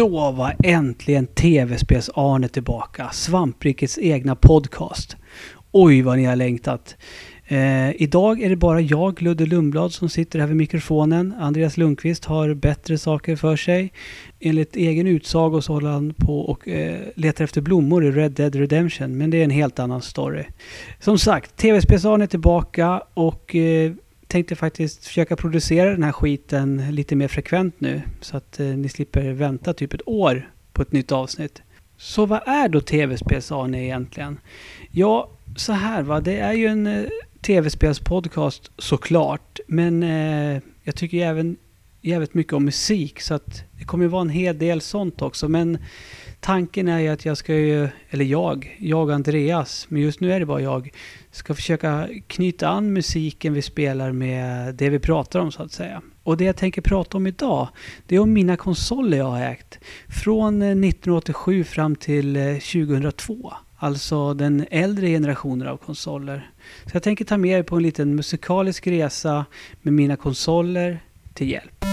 Då var äntligen TV-spels-Arne tillbaka. Svamprikets egna podcast. Oj vad ni har längtat. Idag är det bara jag, Ludde Lundblad, som sitter här vid mikrofonen. Andreas Lundqvist har bättre saker för sig. Enligt egen utsago så håller han på och letar efter blommor i Red Dead Redemption. Men det är en helt annan story. Som sagt, TV-spels-Arne är tillbaka och tänkte faktiskt försöka producera den här skiten lite mer frekvent nu. Så att ni slipper vänta typ ett år på ett nytt avsnitt. Så vad är då TV-spels-Arne egentligen? Ja, så här va. Det är ju en TV-spelspodcast såklart. Men jag tycker ju även jävligt mycket om musik. Så att det kommer ju vara en hel del sånt också. Men tanken är ju att jag ska ju, eller jag Andreas, men just nu är det bara jag, ska försöka knyta an musiken vi spelar med det vi pratar om så att säga. Och det jag tänker prata om idag, det är om mina konsoler jag har ägt. Från 1987 fram till 2002. Alltså den äldre generationen av konsoler. Så jag tänker ta med er på en liten musikalisk resa med mina konsoler till hjälp.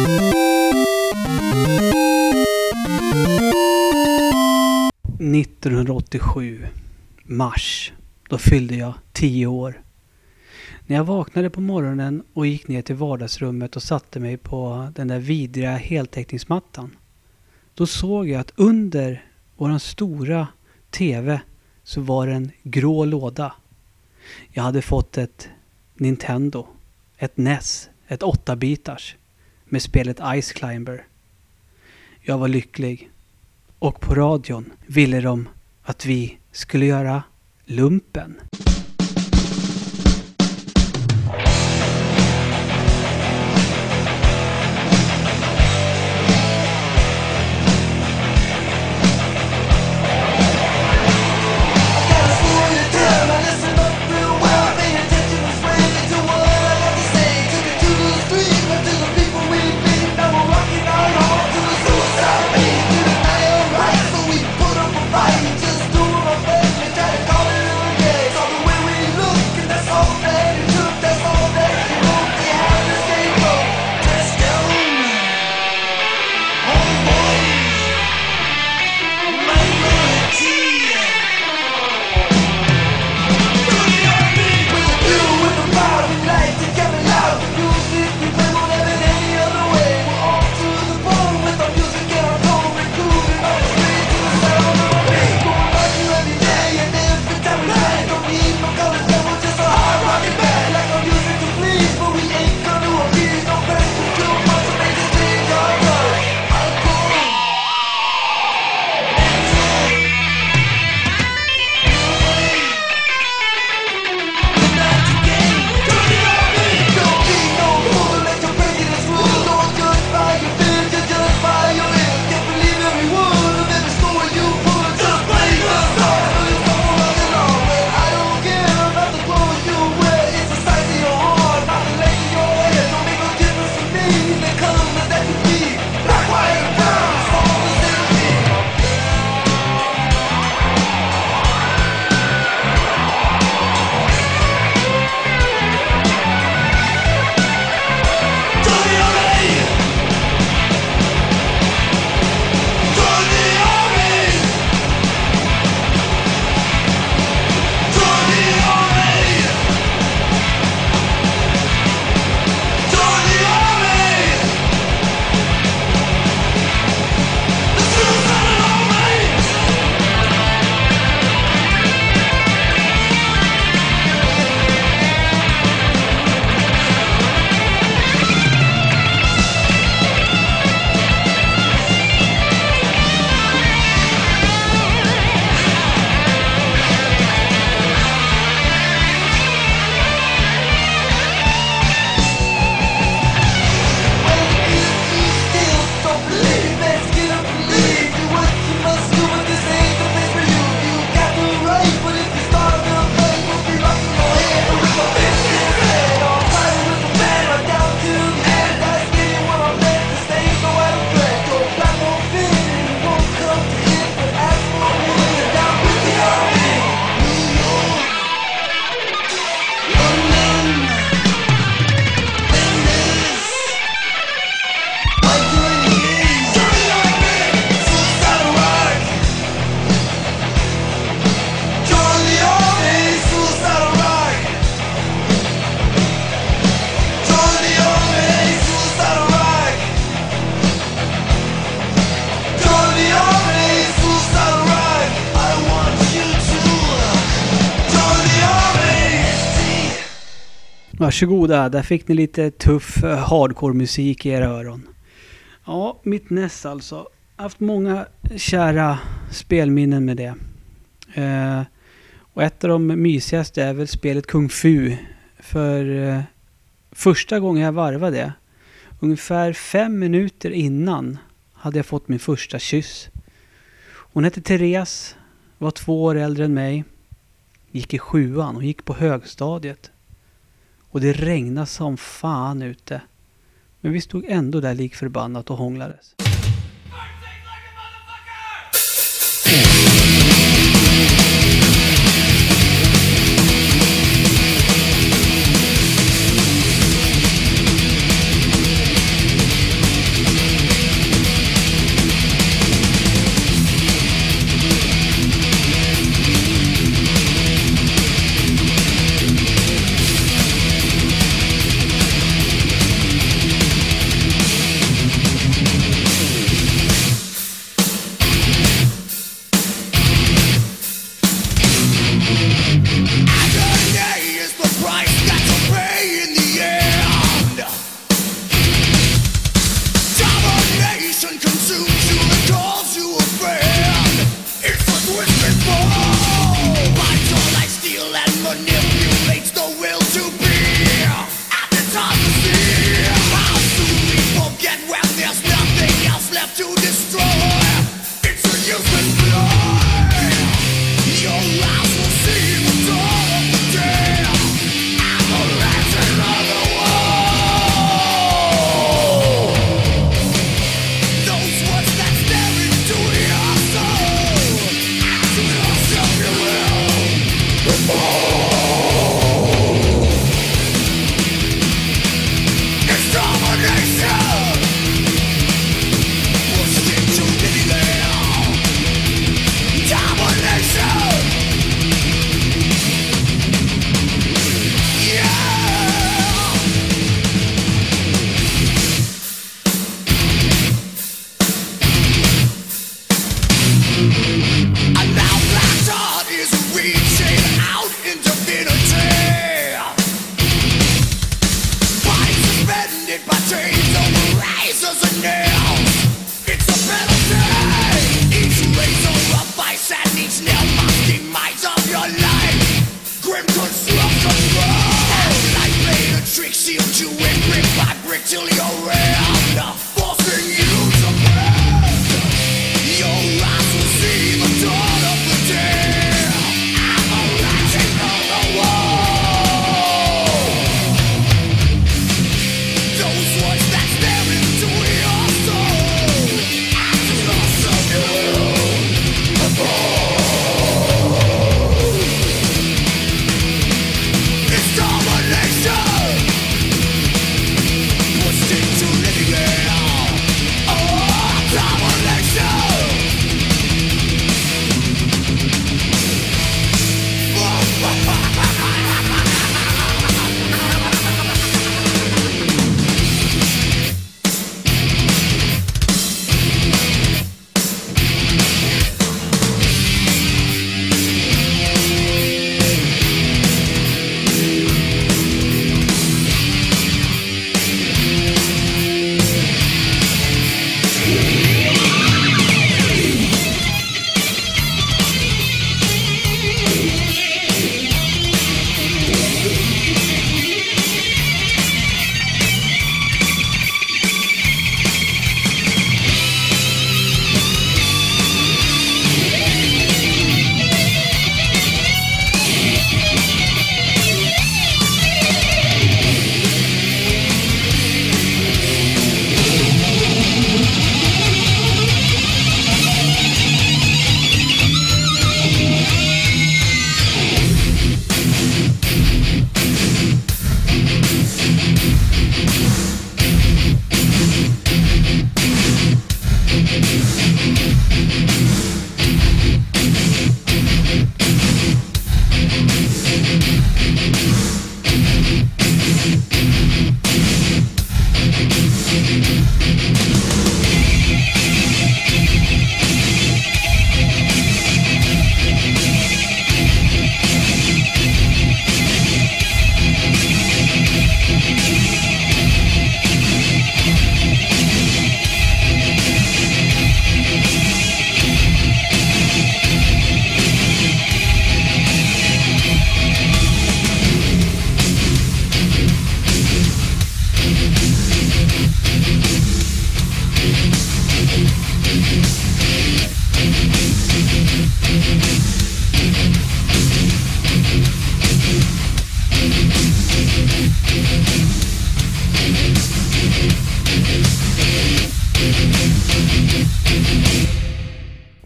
–1987, mars. Då fyllde jag 10 år. När jag vaknade på morgonen och gick ner till vardagsrummet och satte mig på den där vidriga heltäckningsmattan. Då såg jag att under våran stora TV så var det en grå låda. Jag hade fått ett Nintendo, ett NES, ett 8-bitars med spelet Ice Climber. Jag var lycklig. Och på radion ville de att vi skulle göra lumpen. Varsågoda, där fick ni lite tuff hardcore-musik i era öron. Ja, mitt NES alltså. Jag har haft många kära spelminnen med det. Och ett av de mysigaste är väl spelet Kung Fu. För första gången jag varvade det, ungefär 5 minuter innan, hade jag fått min första kyss. Hon hette Therese, var 2 år äldre än mig. Gick i 7:an och gick på högstadiet. Och det regnade som fan ute. Men vi stod ändå där lik förbannat och hånglades. To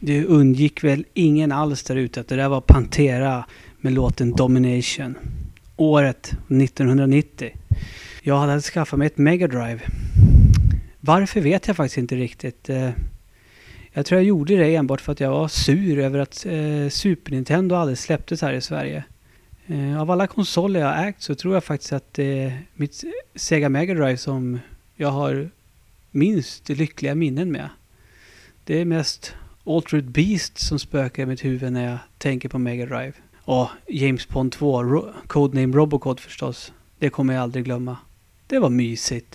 Det undgick väl ingen alls där ute att det där var Pantera med låten Domination. Året 1990. Jag hade skaffat mig ett Mega Drive. Varför vet jag faktiskt inte riktigt. Jag tror jag gjorde det enbart för att jag var sur över att Super Nintendo aldrig släpptes här i Sverige. Av alla konsoler jag ägt så tror jag faktiskt att det är mitt Sega Mega Drive som jag har minst lyckliga minnen med. Det är mest Altered Beast som spökar i mitt huvud när jag tänker på Mega Drive. Och James Bond 2, Codename Robocod förstås. Det kommer jag aldrig glömma. Det var mysigt.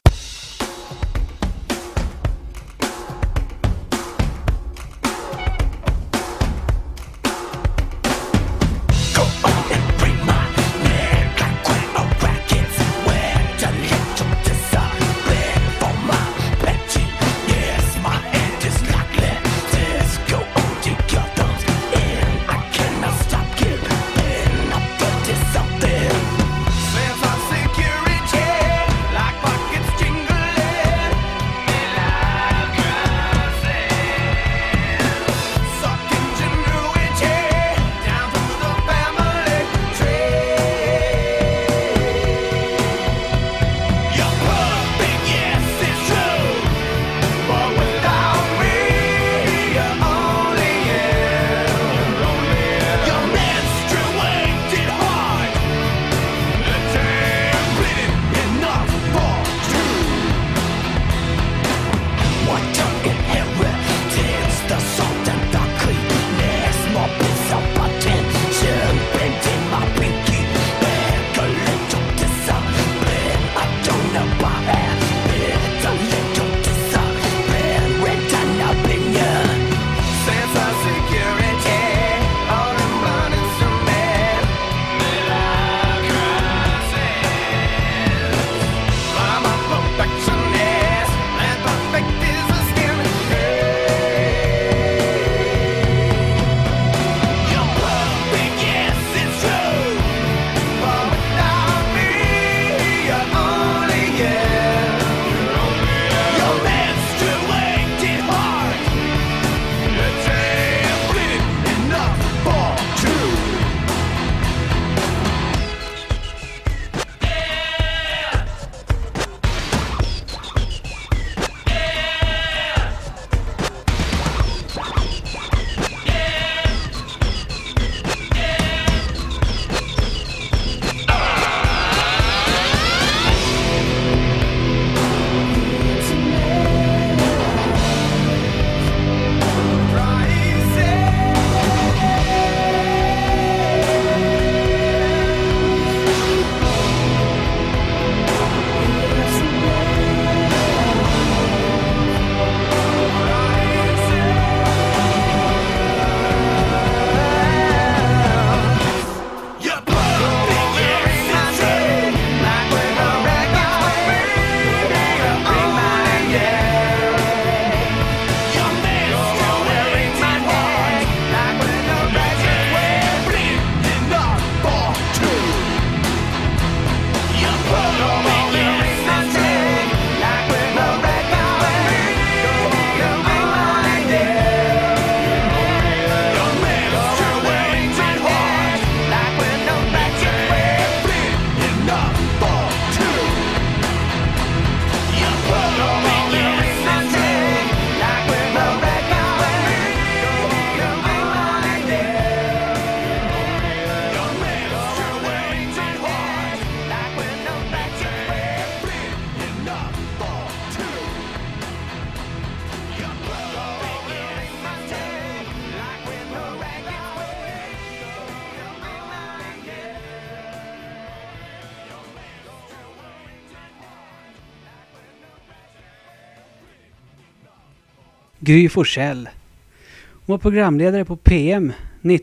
Gry Forssell. Hon var programledare på PM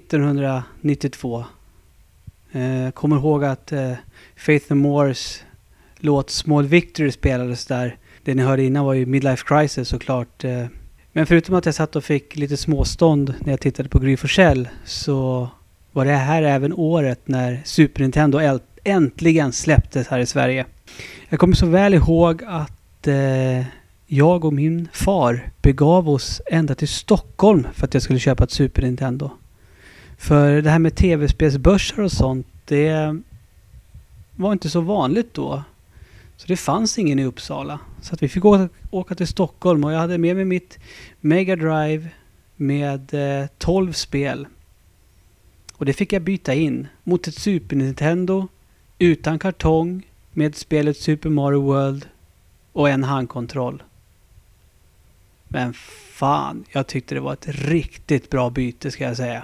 1992. Kommer ihåg att Faith No More's låt Small Victory spelades där. Det ni hörde innan var ju Midlife Crisis såklart. Men förutom att jag satt och fick lite småstånd när jag tittade på Gry Forssell, så var det här även året när Super Nintendo äntligen släpptes här i Sverige. Jag kommer så väl ihåg att jag och min far begav oss ända till Stockholm för att jag skulle köpa ett Super Nintendo. För det här med tv-spelsbörsar och sånt, det var inte så vanligt då. Så det fanns ingen i Uppsala. Så att vi fick åka till Stockholm och jag hade med mig mitt Mega Drive med 12 spel. Och det fick jag byta in mot ett Super Nintendo utan kartong med spelet Super Mario World och en handkontroll. Men fan, jag tyckte det var ett riktigt bra byte ska jag säga.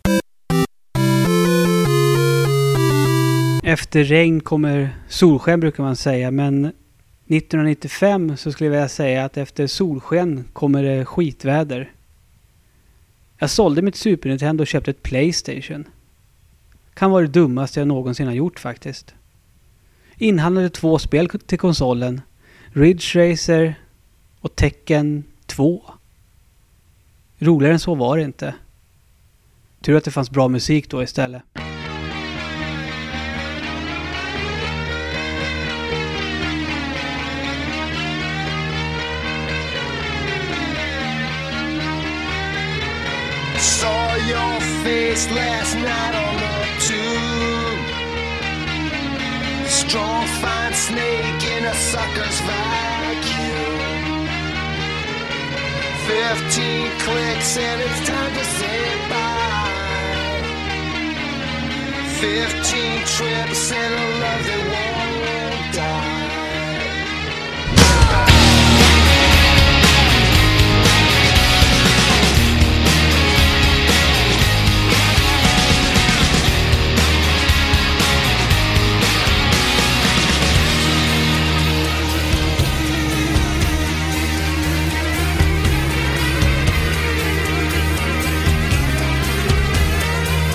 Efter regn kommer solsken brukar man säga, men 1995 så skulle jag vilja säga att efter solsken kommer det skitväder. Jag sålde mitt Super Nintendo och köpte ett PlayStation. Kan vara det dummaste jag någonsin har gjort faktiskt. Inhandlade 2 spel till konsolen. Ridge Racer och Tekken 2. Roligare än så var det inte. Tur att det fanns bra musik då istället. Saw your face last night on the tube. Strong fine snake in a sucker's vacuum. 15 clicks and it's time to say bye. 15 trips and a love that won't die.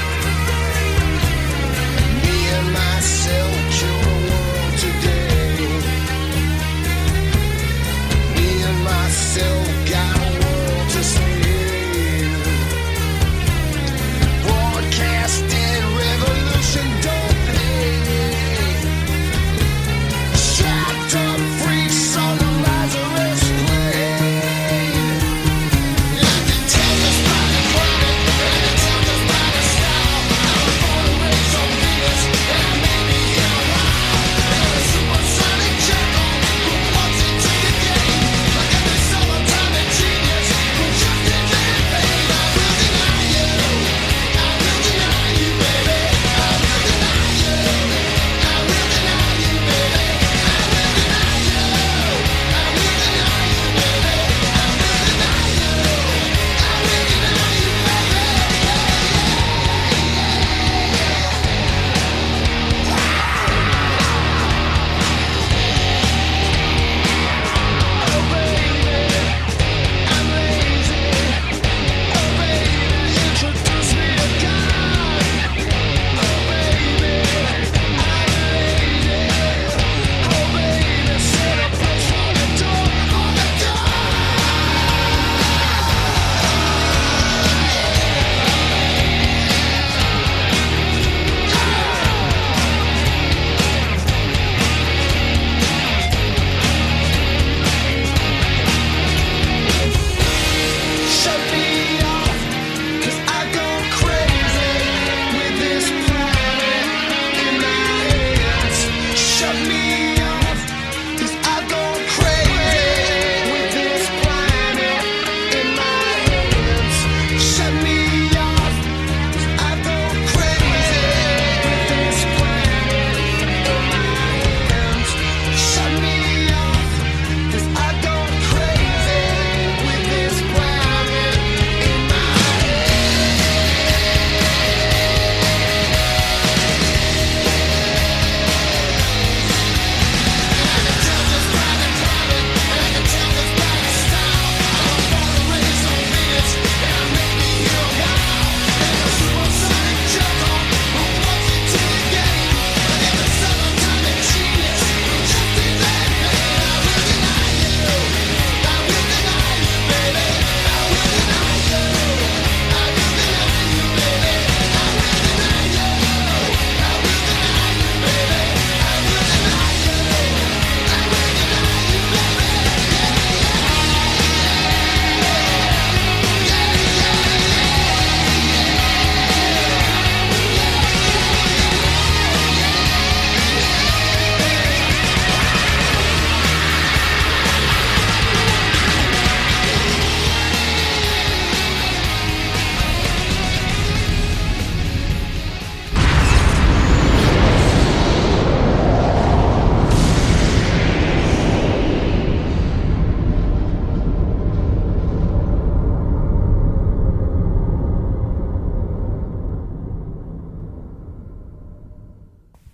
Myself, cure the world today.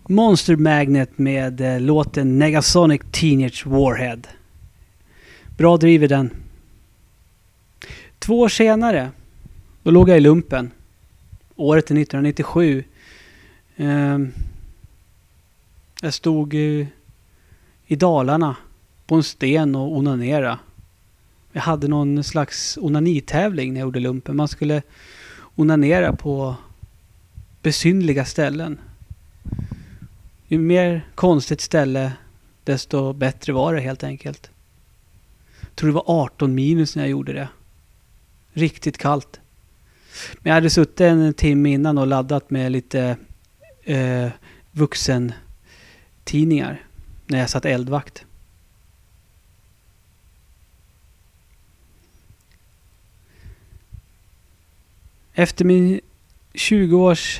Monster Magnet med låten Negasonic Teenage Warhead. Bra driver den. 2 år senare, då låg jag i lumpen. Året är 1997. Jag stod i Dalarna på en sten och onanera. Jag hade någon slags onanitävling när jag gjorde lumpen. Man skulle onanera på besynliga ställen. Ju mer konstigt ställe, desto bättre var det helt enkelt. Jag tror det var 18 minus när jag gjorde det. Riktigt kallt. Men jag hade suttit en timme innan och laddat med lite vuxentidningar när jag satt eldvakt. Efter min 20-års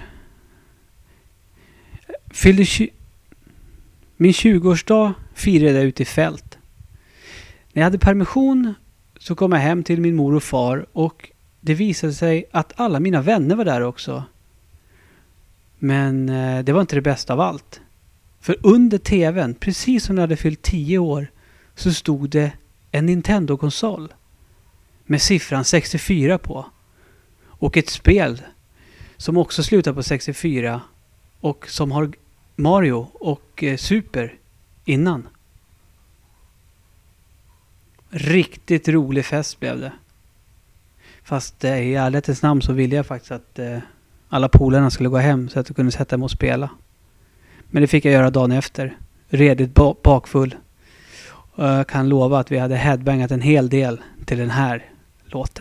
min 20-årsdag firade jag ute i fält. När jag hade permission så kom jag hem till min mor och far och det visade sig att alla mina vänner var där också. Men det var inte det bästa av allt. För under tvn, precis som när jag hade fyllt 10 år, så stod det en Nintendo-konsol med siffran 64 på. Och ett spel som också slutar på 64 och som har Mario och Super innan. Riktigt rolig fest blev det. Fast i ärlighetens namn så ville jag faktiskt att alla polarna skulle gå hem så att jag kunde sätta mig och spela. Men det fick jag göra dagen efter. Redigt bakfull. Och jag kan lova att vi hade headbangat en hel del till den här låten.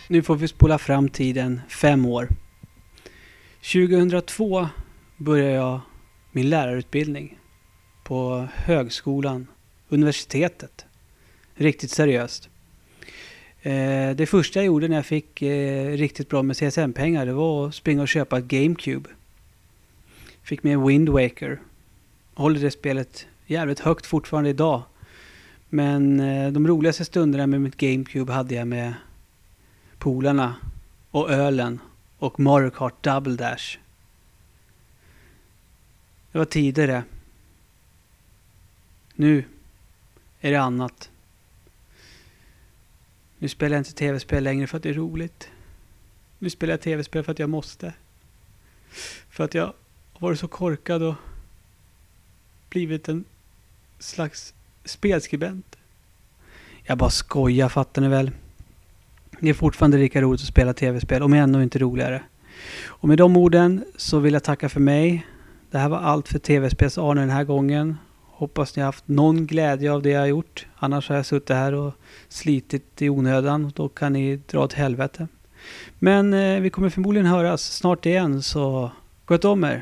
Nu får vi spola fram tiden 5 år. 2002 började jag min lärarutbildning på högskolan, universitetet. Riktigt seriöst. Det första jag gjorde när jag fick riktigt bra med CSN-pengar, det var att springa och köpa ett GameCube. Fick med Wind Waker. Håller det spelet jävligt högt fortfarande idag. Men de roligaste stunderna med mitt GameCube hade jag med polarna och ölen och Mario Kart Double Dash. Det var tidigare. Nu är det annat. Nu spelar jag inte tv-spel längre för att det är roligt. Nu spelar jag tv-spel för att jag måste. För att jag har varit så korkad och blivit en slags spelskribent. Jag bara skojar, fattar ni väl? Det är fortfarande lika roligt att spela tv-spel, om ännu inte roligare. Och med de orden så vill jag tacka för mig. Det här var allt för tv-spels-Arne den här gången. Hoppas ni har haft någon glädje av det jag har gjort. Annars har jag suttit här och slitit i onödan. Då kan ni dra åt helvete. Men vi kommer förmodligen höras snart igen, så gott om er.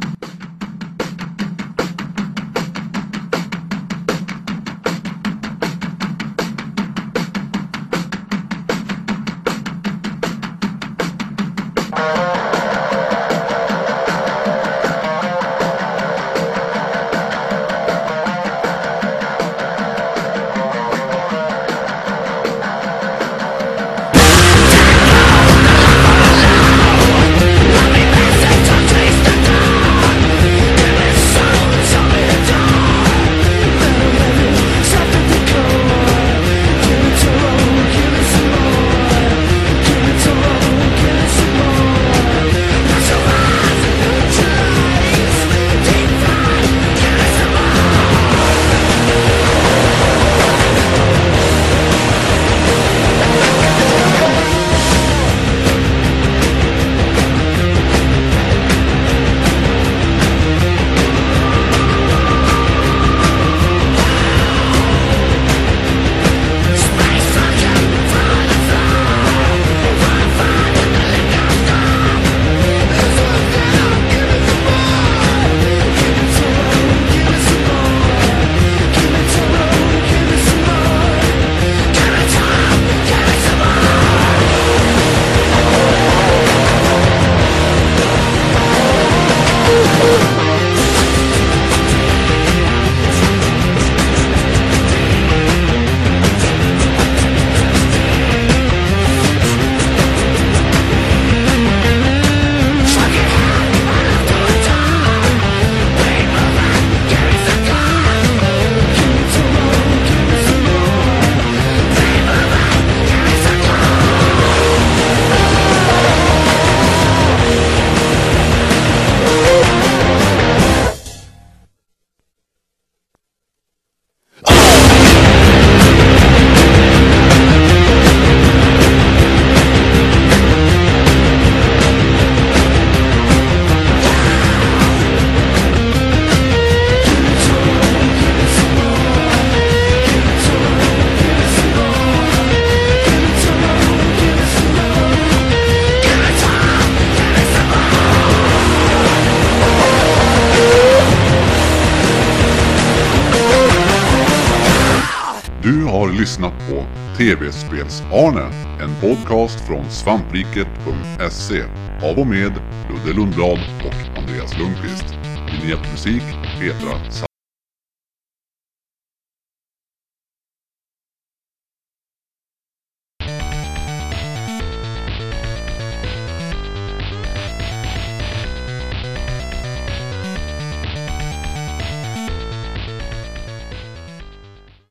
Du har lyssnat på TV-spels-Arne, en podcast från svampriket.se av och med Ludde Lundblad och Andreas Lundqvist. Vignettmusik Petra